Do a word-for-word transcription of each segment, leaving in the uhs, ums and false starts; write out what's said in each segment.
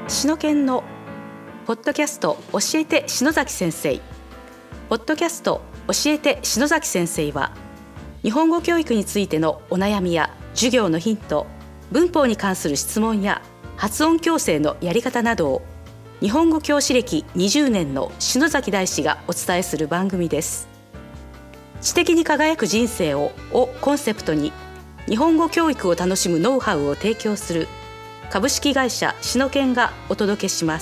篠研のポッドキャスト教えて篠崎先生。ポッドキャスト教えて篠崎先生は、日本語教育についてのお悩みや授業のヒント、文法に関する質問や発音矯正のやり方などを、日本語教師歴にじゅうねんの篠崎大師がお伝えする番組です。知的に輝く人生ををコンセプトに、日本語教育を楽しむノウハウを提供する株式会社篠研がお届けします。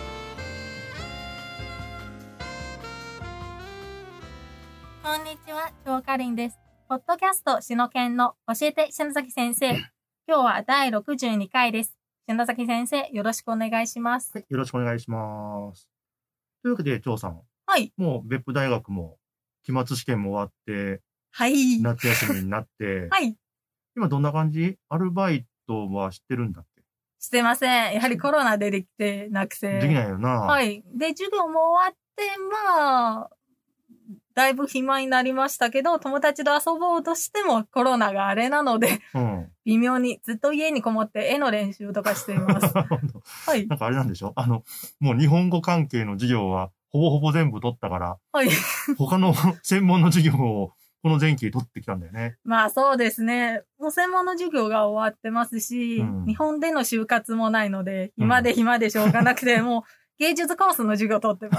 こんにちは、張かりんです。ポッドキャスト篠研の教えて篠崎先生。今日はだいろくじゅうにかいです。篠崎先生、よろしくお願いします。 はい、よろしくお願いします。というわけで、張さん。 はい。 もう別府大学も期末試験も終わって、 はい。 夏休みになって、 はい。 今どんな感じ？アルバイトはしてるんだっけ？ してません。やはりコロナでできてなくて。 できないよな。 はい。で、授業も終わって、まあ、だいぶ暇になりましたけど、友達と遊ぼうとしてもコロナがあれなので、うん、微妙にずっと家にこもって絵の練習とかしています。はい。 なんかあれなんでしょ？あの、もう日本語関係の授業はほぼほぼ全部取ったから、はい。他の専門の授業をこの前期取ってきたんだよね。 まあそうですね。もう専門の授業が終わってますし、うん、日本での就活もないので、暇で暇でしょうがなくて、うん、もう芸術コースの授業取ってます。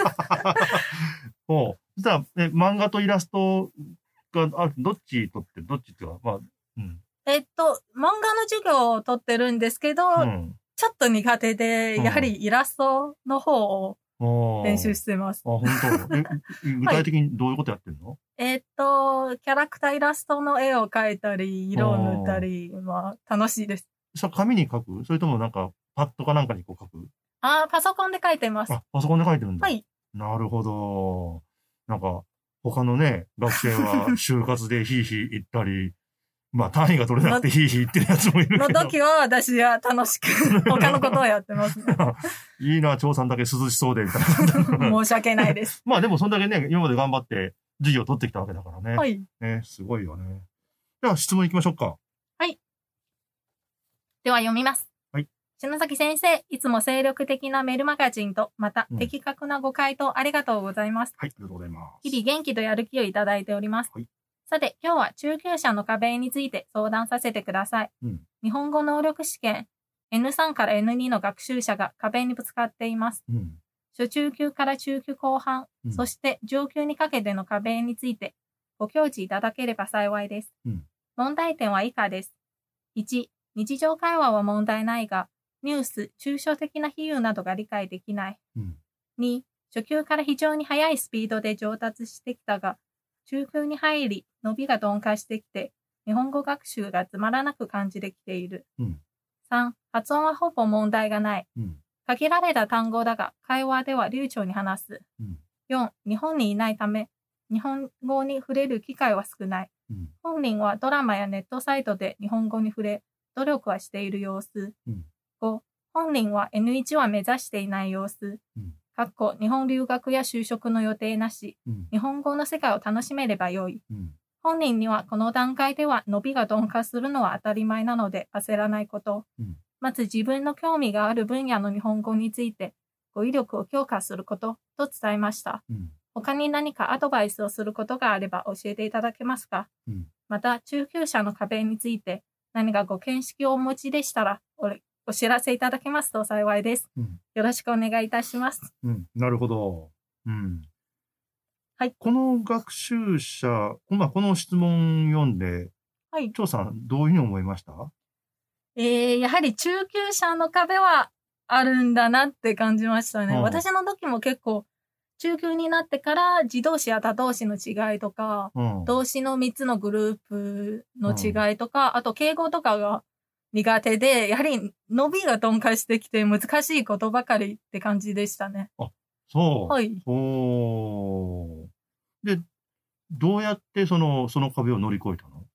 おう。実は、え、漫画とイラストがある、どっち取ってる？どっちっていうか、まあ、うん。 えっと、漫画の授業を取ってるんですけど、うん、ちょっと苦手で、やはりイラストの方を練習してます。 あ、本当。え、具体的にどういうことやってるの？ はい、えっと、キャラクターイラストの絵を描いたり、色を塗ったり、まあ、楽しいです。 それ紙に描く？それともなんか、パッドかなんかにこう描く？ ああ、パソコンで描いてます。 あ、パソコンで描いてるんだ。 はい。 なるほど。なんか、他のね、学生は就活でヒーヒー言ったり、まあ単位が取れなくてヒーヒー言ってるやつもいるけど。 の時は私は楽しく他のことをやってます、ね。 いいな、張さんだけ涼しそうで、みたいな。申し訳ないです。 まあでもそんだけね、今まで頑張って授業を取ってきたわけだからね。 はい。 ね、すごいよね。では質問行きましょうか。 はい。では読みます。はい。篠崎先生、いつも精力的なメールマガジンと、また、うん、的確なご回答ありがとうございます。 はい、ありがとうございます。 日々元気とやる気をいただいております。はい。さて、今日は中級者の壁について相談させてください。うん、日本語能力試験 エヌスリー から エヌツー の学習者が壁にぶつかっています。うん、初中級から中級後半、うん、そして上級にかけての壁についてご教示いただければ幸いです。うん、問題点は以下です。いち、日常会話は問題ないが、ニュース、抽象的な比喩などが理解できない。うん、に、初級から非常に速いスピードで上達してきたが、中級に入り、伸びが鈍化してきて、日本語学習がつまらなく感じてきている。うん、さん、発音はほぼ問題がない。うん、限られた単語だが、会話では流暢に話す。うん、よん、日本にいないため、日本語に触れる機会は少ない。うん、本人はドラマやネットサイトで日本語に触れ、努力はしている様子。うん、ご、本人は エヌワン は目指していない様子。うんかっこ日本留学や就職の予定なし、うん、日本語の世界を楽しめればよい、うん。本人にはこの段階では伸びが鈍化するのは当たり前なので焦らないこと。うん、まず自分の興味がある分野の日本語について語彙力を強化することと伝えました。うん、他に何かアドバイスをすることがあれば教えていただけますか？うん、また中級者の壁について何かご見識をお持ちでしたらお知らせいただけますと幸いです。うん、よろしくお願いいたします。 うん、なるほど。うん。 はい。 この学習者、まあ、この質問読んで、はい。張さん、どういうふうに思いました？ えー、やはり中級者の壁はあるんだなって感じましたね。うん、私の時も結構、中級になってから自動詞や他動詞の違いとか、うん、動詞のみっつのグループの違いとか、うん、あと敬語とかが、苦手で、やはり伸びが鈍化してきて難しいことばかりって感じでしたね。 あ、そう。 はい。 おー。で、どうやってその、その壁を乗り越えたの？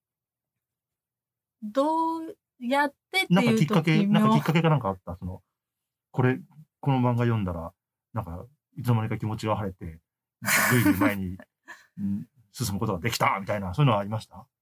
どうやってっていうとなんかきっかけ、なんかきっかけかなんかあった？その、これ、この漫画読んだら、なんか、いつの間にか気持ちが晴れて、ぐいぐい前に進むことができたみたいな、そういうのはありました？ 特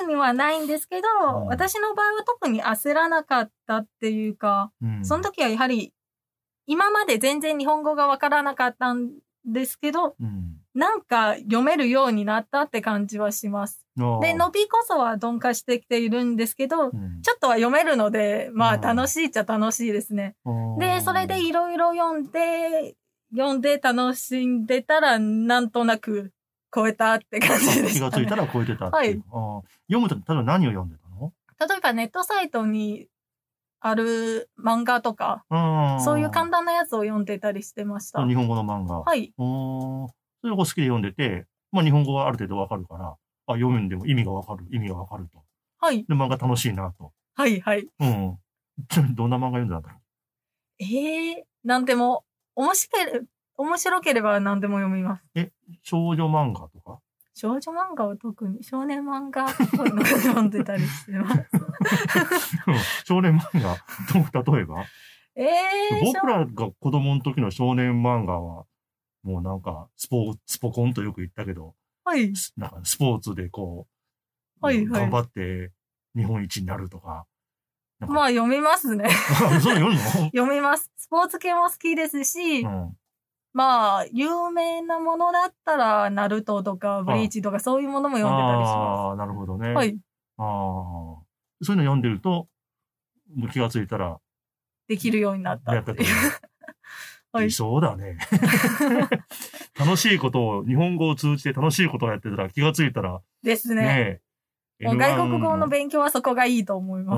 特にはないんですけど、うん、私の場合は特に焦らなかったっていうか、うん、その時はやはり、今まで全然日本語がわからなかったんですけど、うん、なんか読めるようになったって感じはします。で、伸びこそは鈍化してきているんですけど、うん、ちょっとは読めるので、まあ楽しいっちゃ楽しいですね。で、それでいろいろ読んで、読んで楽しんでたら、なんとなく超えたって感じでした、ね。 気がついたら超えてたっていう。はい、あ読むと、例えば何を読んでたの？ 例えばネットサイトにある漫画とか、そういう簡単なやつを読んでたりしてました。 日本語の漫画。 はい。 それを好きで読んでて、まあ日本語はある程度わかるから、あ、読むんでも意味がわかる、意味がわかると。 はい。 で、漫画楽しいなと。 はいはい。 うん。どんな漫画読んでたんだろう？ ええー、なんでも、面白ければ、面白ければ何でも読みます。 え、少女漫画とか？ 少女漫画は特に少年漫画っぽいの読んでたりしてます。 少年漫画と例えば？ ええー、 僕らが子供の時の少年漫画は、もうなんかスポ、スポコンとよく言ったけど、 はい。 なんかスポーツでこう、 はいはい、 頑張って日本一になるとか。 かまあ読みますね。 そう読むの？ 読みます。スポーツ系も好きですし、うん、まあ、有名なものだったら、ナルトとか、ブリーチとか、そういうものも読んでたりします。 ああ、なるほどね。 はい。 ああ。そういうの読んでると、もう気がついたら、 できるようになったっていう。やったとはい。そうだね。楽しいことを、日本語を通じて楽しいことをやってたら気がついたら。 ですね。ね外国語の勉強はそこがいいと思います。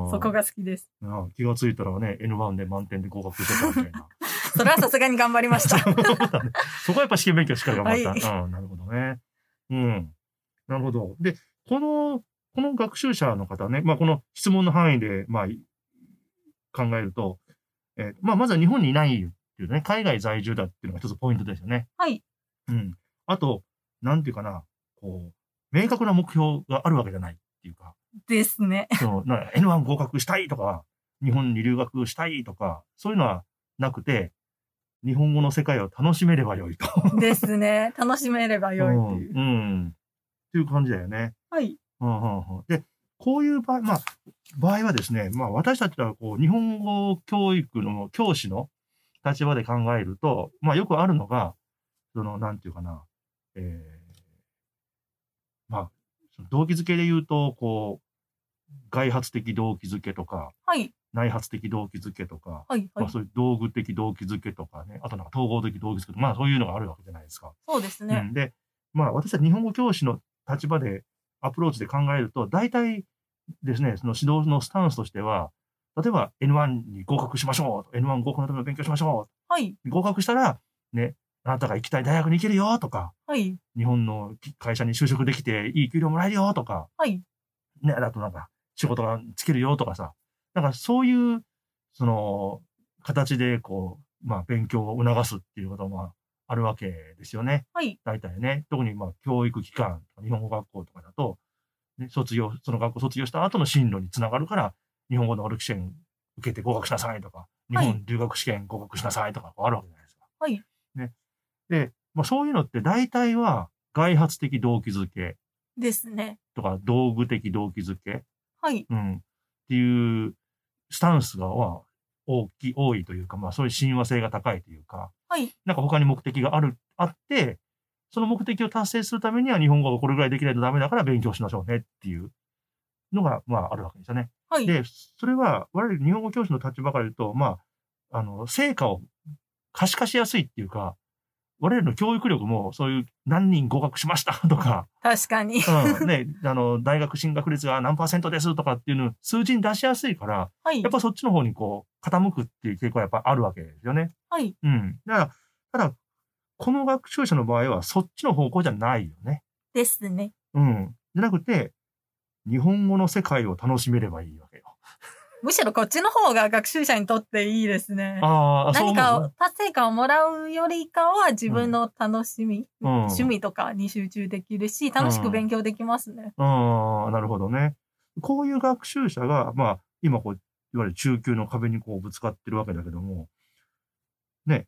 そこが好きです。 あ気がついたらね、エヌワン で満点で合格してたみたいな。 それはさすがに頑張りました。 そこはやっぱ試験勉強しっかり頑張った。はい、うん、なるほどね。うん。なるほど。で、この、この学習者の方ね、まあこの質問の範囲で、まあ、考えると、えー、まあまずは日本にいないっていうね、海外在住だっていうのが一つポイントですよね。 はい。 うん。あと、なんていうかな、こう、明確な目標があるわけじゃないっていうか。 ですね。 その、な エヌワン 合格したいとか、日本に留学したいとか、そういうのはなくて、日本語の世界を楽しめればよいと。 ですね。楽しめればよいっていう。 うん。うん。っていう感じだよね。 はい。 うんうんうん、で、こういう場合、まあ、場合はですね、まあ私たちはこう、日本語教育の教師の立場で考えると、まあよくあるのが、その、なんていうかな、えー、まあ、動機づけで言うと、こう、外発的動機づけとか、 はい。 内発的動機づけとか、 はいはい、 まあそういう道具的動機づけとかね、あとなんか統合的動機づけとか、まあそういうのがあるわけじゃないですか。 そうですね。 うん、で、まあ私たち日本語教師の立場でアプローチで考えると、大体ですね、その指導のスタンスとしては、例えば エヌワン に合格しましょう。エヌワン 合格のための勉強しましょう。はい。 合格したら、ね、あなたが行きたい大学に行けるよとか、 はい。 日本の会社に就職できていい給料もらえるよとか、 はい。 ね、あとなんか仕事がつけるよとかさ、なんかそういう、その、形でこう、まあ勉強を促すっていうこともあるわけですよね。 はい。 大体ね。特にまあ教育機関、日本語学校とかだと、ね、卒業、その学校卒業した後の進路につながるから、日本語能力試験受けて合格しなさいとか、日本留学試験合格しなさいとかあるわけじゃないですか。 はい。 ね。で、まあそういうのって大体は外発的動機づけ。 ですね。 とか道具的動機づけ。 はい。 うん。っていうスタンスが大きい、多いというか、まあそういう親和性が高いというか。 はい。 なんか他に目的がある、あって、その目的を達成するためには日本語がこれぐらいできないとダメだから勉強しましょうねっていうのが、まああるわけですよね。 はい。 で、それは我々日本語教師の立場から言うと、まあ、あの、成果を可視化しやすいっていうか、我々の教育力もそういう何人合格しましたとか。 確かに。 うん。ね、あの、大学進学率が何パーセントですとかっていうのを数字に出しやすいから、 はい。 やっぱそっちの方にこう、傾くっていう傾向はやっぱあるわけですよね。 はい。 うん。だから、ただ、この学習者の場合はそっちの方向じゃないよね。 ですね。 うん。じゃなくて、日本語の世界を楽しめればいいわけよ。 むしろこっちの方が学習者にとっていいですね。 ああ、 何かを、達成感をもらうよりかは自分の楽しみ、うん、趣味とかに集中できるし、楽しく勉強できますね。 うん、ああ、なるほどね。こういう学習者が、まあ、今こう、いわゆる中級の壁にこうぶつかってるわけだけども、ね、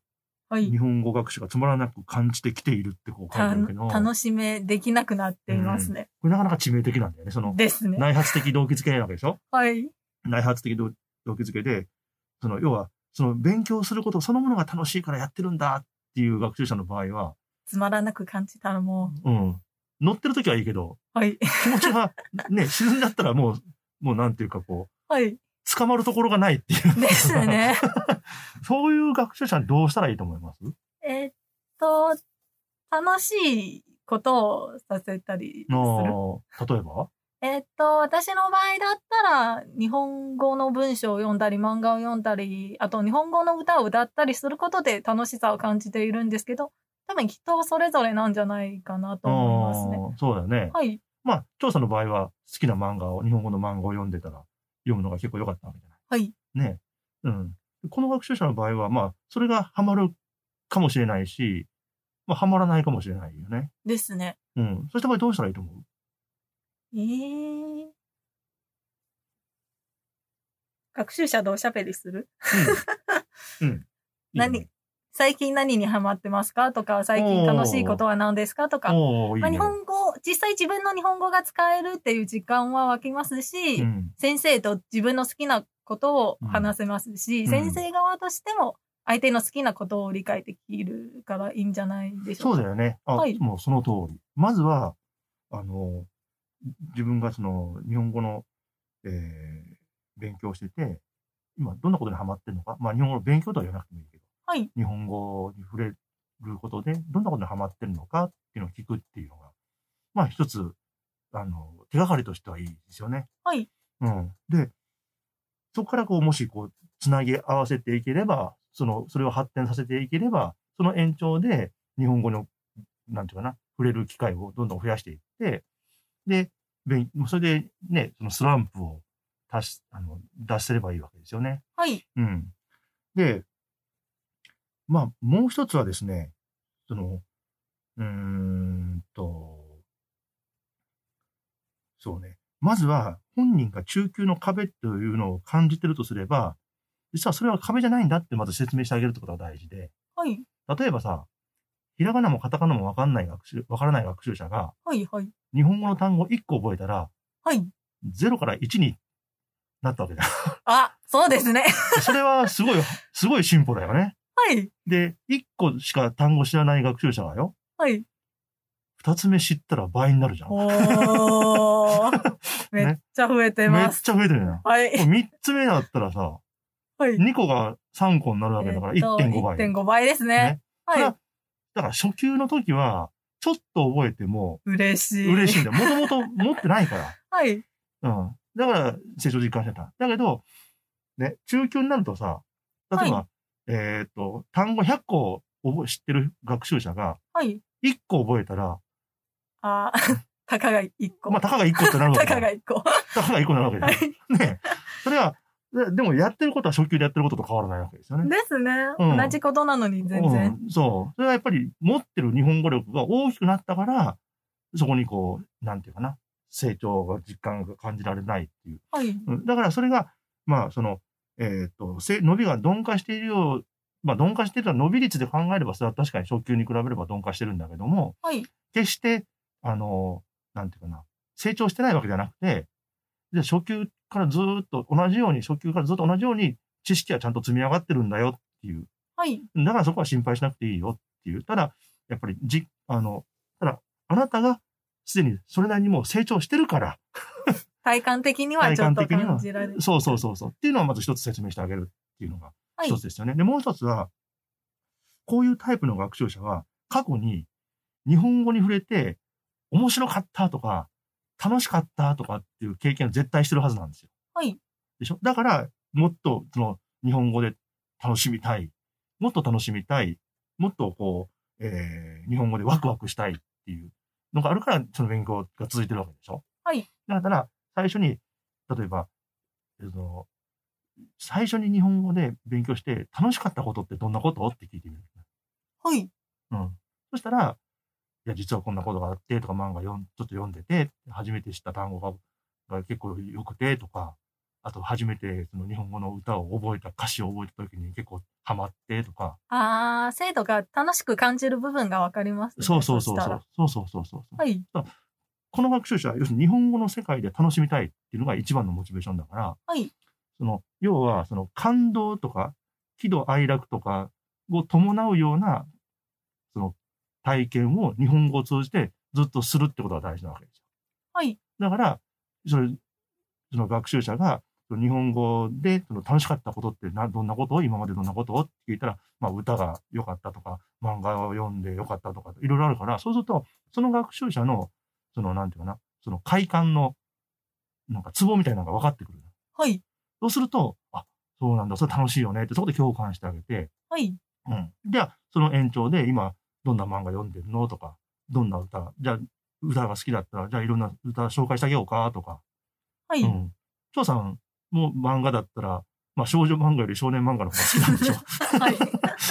はい、 日本語学習がつまらなく感じてきているってこう書いてあるけど。 楽しめできなくなっていますね。 うん、これなかなか致命的なんだよね。その、 ですね。 内発的動機づけなわけでしょ。 はい。 内発的動機づけで、その、要は、その勉強することそのものが楽しいからやってるんだっていう学習者の場合は、 つまらなく感じたらもう。うん。乗ってるときはいいけど、 はい。 気持ちが、ね、沈んだったらもう、もうなんていうかこう、 はい。 捕まるところがないっていう。 ですね。 そういう学習者にどうしたらいいと思います？ えー、っと、楽しいことをさせたりする。 例えば？ えー、っと、私の場合だったら、日本語の文章を読んだり、漫画を読んだり、あと日本語の歌を歌ったりすることで楽しさを感じているんですけど、多分人それぞれなんじゃないかなと思いますね。 そうだよね。 はい。 まあ、調査の場合は好きな漫画を、日本語の漫画を読んでたら、読むのが結構良かったわけじゃない。 はい。 ね。うん。この学習者の場合は、まあ、それがハマるかもしれないし、まあ、ハマらないかもしれないよね。 ですね。 うん。そうした場合どうしたらいいと思う？ えー、学習者でおしゃべりする？ うん。うん、 何、いいね、最近何にハマってますかとか、最近楽しいことは何ですかとか、いいね、まあ、日本語、実際自分の日本語が使えるっていう時間は湧きますし、うん、先生と自分の好きなことを話せますし、うん、先生側としても相手の好きなことを理解できるからいいんじゃないでしょうか。 そうだよね。あ、はい、もうその通り。まずは、あの、自分がその日本語の、えー、勉強してて、今どんなことにハマってるのか、まあ日本語の勉強とは言わなくてもいいけど、 はい、 日本語に触れることでどんなことにハマってるのかっていうのを聞くっていうのが、まあ一つ、あの、手がかりとしてはいいですよね。 はい。 うん。で、そこからこう、もしこう、つなぎ合わせていければ、その、それを発展させていければ、その延長で日本語の、なんていうかな、触れる機会をどんどん増やしていって、で、それでね、そのスランプを足し、あの、出せればいいわけですよね。 はい。 うん。で、まあ、もう一つはですね、その、うーんと、そうね。まずは、本人が中級の壁というのを感じてるとすれば、実はそれは壁じゃないんだってまず説明してあげるってことが大事で。 はい。 例えばさ、ひらがなもカタカナもわかんない学習、わからない学習者が、 はいはい。 日本語の単語いっこ覚えたら、 はい。 ゼロからいちになったわけだ。 あ、そうですね。 それはすごい、すごい進歩だよね。 はい。 で、いっこしか単語知らない学習者がよ。 はい。 二つ目知ったら倍になるじゃん。 おー。めっちゃ増えてます。 めっちゃ増えてるな。 はい。 三つ目だったらさ、はい。にこがさんこになるわけだから いってんご 倍。 いってんご 倍ですね。ね、はい。 だから初級の時は、ちょっと覚えても、 嬉しい。 嬉しいんだよ。もともと持ってないから。 はい。 うん。だから成長実感してた。だけど、ね、中級になるとさ、例えば、はい、えっと、単語ひゃっこ知ってる学習者が、 はい。 いっこ覚えたら、 ああ、たかがいっこ。 まあ、たかがいっこってなるわけだ。 たかがいっこ。 たかがいっこになるわけだ。はい、ね。それは、でもやってることは初級でやってることと変わらないわけですよね。 ですね。うん、同じことなのに全然、 うん。そう。それはやっぱり持ってる日本語力が大きくなったから、そこにこう、なんていうかな、成長が実感が感じられないっていう。 はい。 うん、だからそれが、まあ、その、えっと、伸びが鈍化しているよう、まあ、鈍化しているのは伸び率で考えれば、それは確かに初級に比べれば鈍化してるんだけども、 はい。 決して、あの、なんていうかな、成長してないわけじゃなくて、で、初級からずっと同じように、初級からずっと同じように知識はちゃんと積み上がってるんだよっていう。 はい。 だからそこは心配しなくていいよっていう。ただ、やっぱり、じ、あの、ただ、あなたがすでにそれなりにもう成長してるから。 体感的にはちょっと感じられる。 そうそうそうそう。っていうのはまず一つ説明してあげるっていうのが一つですよね。はい、で、もう一つは、こういうタイプの学習者は過去に日本語に触れて面白かったとか、楽しかったとかっていう経験を絶対してるはずなんですよ。 はい。 でしょ？だから、もっと、その、日本語で楽しみたい。もっと楽しみたい。もっとこう、えー、日本語でワクワクしたいっていうのがあるから、その勉強が続いてるわけでしょ？ はい。 だから、最初に、例えば、その、最初に日本語で勉強して楽しかったことってどんなことって聞いてみる。 はい。 うん。そしたら、いや、実はこんなことがあって、とか漫画読ん、ちょっと読んでて、初めて知った単語がが結構良くて、とか、 あと初めてその日本語の歌を覚えた、歌詞を覚えた時に結構ハマってとか。 ああ、生徒が楽しく感じる部分がわかりますね。 そうそうそうそう。そうそうそうそう。 はい。 この学習者は要するに日本語の世界で楽しみたいっていうのが一番のモチベーションだから、 はい。 その要はその感動とか喜怒哀楽とかを伴うようなその体験を日本語を通じてずっとするってことが大事なわけですよ。 はい。 だからそれその学習者が日本語でその楽しかったことってなどんなことを今までどんなことをって聞いたら、まあ、歌が良かったとか漫画を読んで良かったとかいろいろあるから、そうするとその学習者のそのなんていうかなその快感のなんかツボみたいなのが分かってくる。 はい。 そうすると、あ、そうなんだ、それ楽しいよねってそこで共感してあげて、 はい。 うん。じゃあその延長で今どんな漫画読んでるのとか、どんな歌、じゃあ歌が好きだったらじゃあいろんな歌紹介してあげようかとか。 はい。 うん。張さんも漫画だったら、まあ少女漫画より少年漫画の方が好きなんでしょ。はい。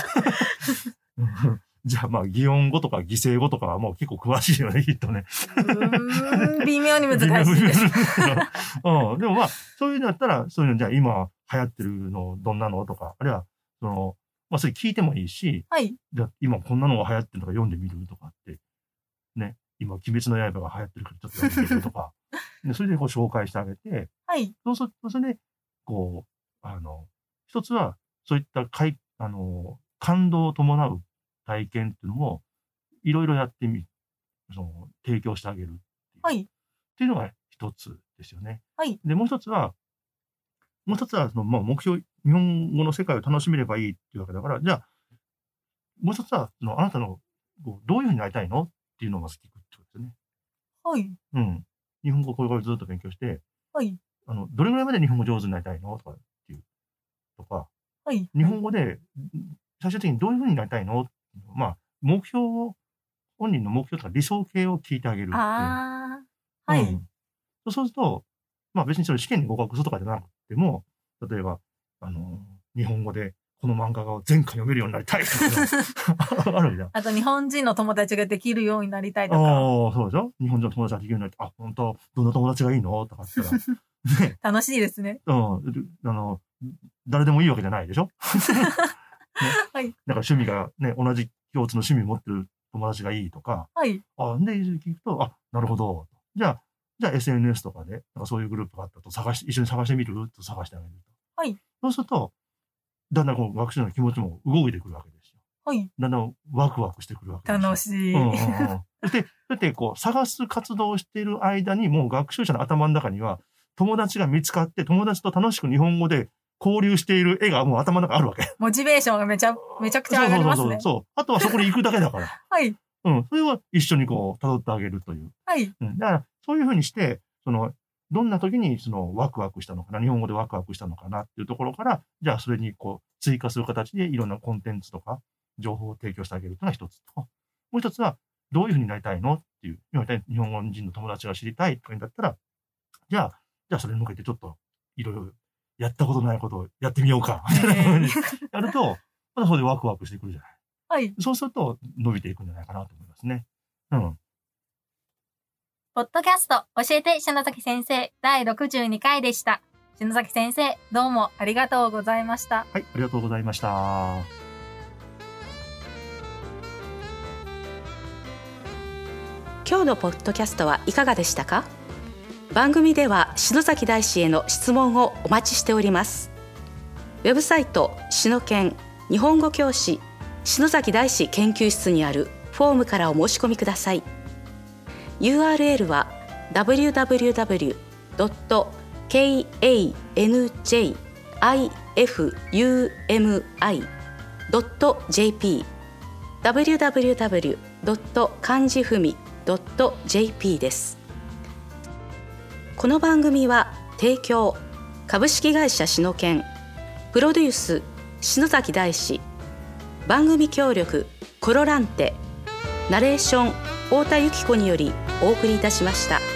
じゃあまあ擬音語とか擬声語とかはもう結構詳しいよね、きっとね。 うーん微妙に難しいです。 うん。でもまあ、そういうのだったら、そういうのじゃあ今流行ってるのどんなのとか、あるいは、その、まあそれ聞いてもいいし、 はい。 じゃあ今こんなのが流行ってるのか読んでみるとかって、ね。今、鬼滅の刃が流行ってるからちょっと読んでみるとか、でそれでこう紹介してあげて、 はい。 そうすると、それで、こう、あの、一つは、そういったかい、あの、感動を伴う体験っていうのも、いろいろやってみ、その、提供してあげるっていう。 はい。 っていうのが一つですよね。 はい。 で、もう一つは、もう一つは、その、まあ、目標、日本語の世界を楽しめればいいっていうわけだから、じゃあ、もう一つは、その、あなたの、こうどういうふうになりたいのっていうのをまず聞くってことですよね。 はい。 うん。日本語をこれからずっと勉強して、 はい。 あの、どれぐらいまで日本語上手になりたいのとかっていう、とか、 はい。 日本語で最終的にどういうふうになりたいのまあ、目標を、本人の目標とか理想形を聞いてあげるっていう。 ああ。はい、うん。 そうすると、まあ別にそれ試験に合格するとかじゃなくても、例えば、あの、日本語でこの漫画が全巻読めるようになりたいとか、あるじゃん。 あと日本人の友達ができるようになりたいとか。 ああ、そうでしょ日本人の友達ができるようになりたい。あ、本当どんな友達がいいのとかって言ったら。 ね、楽しいですね。 うん。あの、誰でもいいわけじゃないでしょ、ね、 はい。 だから趣味がね、同じ共通の趣味持ってる友達がいいとか。 はい。 あ、で、聞くと、あ、なるほど。じゃあ、じゃあ エスエヌエス とかで、なんかそういうグループがあったと探し、一緒に探してみると探してあげると。 はい。 そうすると、だんだんこう学習の気持ちも動いてくるわけですよ。 はい。 だんだんワクワクしてくるわけですよ。 楽しい。 うんうんうん、そして、だってこう探す活動をしている間にもう学習者の頭の中には友達が見つかって友達と楽しく日本語で交流している絵がもう頭の中にあるわけ。 モチベーションがめちゃ、めちゃくちゃ上がりますね。そうそうそうそう。 あとはそこに行くだけだから。 はい。 うん。それは一緒にこう辿ってあげるという。 はい。 うん。だからそういうふうにして、その、どんな時にそのワクワクしたのかな、日本語でワクワクしたのかなっていうところから、じゃあそれにこう追加する形でいろんなコンテンツとか情報を提供してあげるというのが一つと。もう一つは、どういうふうになりたいのっていう、今みたいに日本人の友達が知りたいとか言うんだったら、じゃあ、じゃあそれに向けてちょっといろいろやったことないことをやってみようか、みたいなふうにやると、またそれでワクワクしてくるじゃない。 はい。 そうすると伸びていくんじゃないかなと思いますね。うん。 ポッドキャスト教えて篠崎先生だいろくじゅうにかいでした。篠崎先生、どうもありがとうございました。 はい、ありがとうございました。 今日のポッドキャストはいかがでしたか？番組では篠崎大師への質問をお待ちしております。ウェブサイト篠研日本語教師篠崎大師研究室にあるフォームからお申し込みください。ユーアールエル は ダブリューダブリューダブリュードットケーエーエヌジェイアイエフユーエムアイドットジェーピー ダブリューダブリューダブリュードット漢字ふみドットジェーピー です。この番組は提供株式会社篠研プロデュース篠崎大師番組協力コロランテナレーション太田由紀子によりお送りいたしました。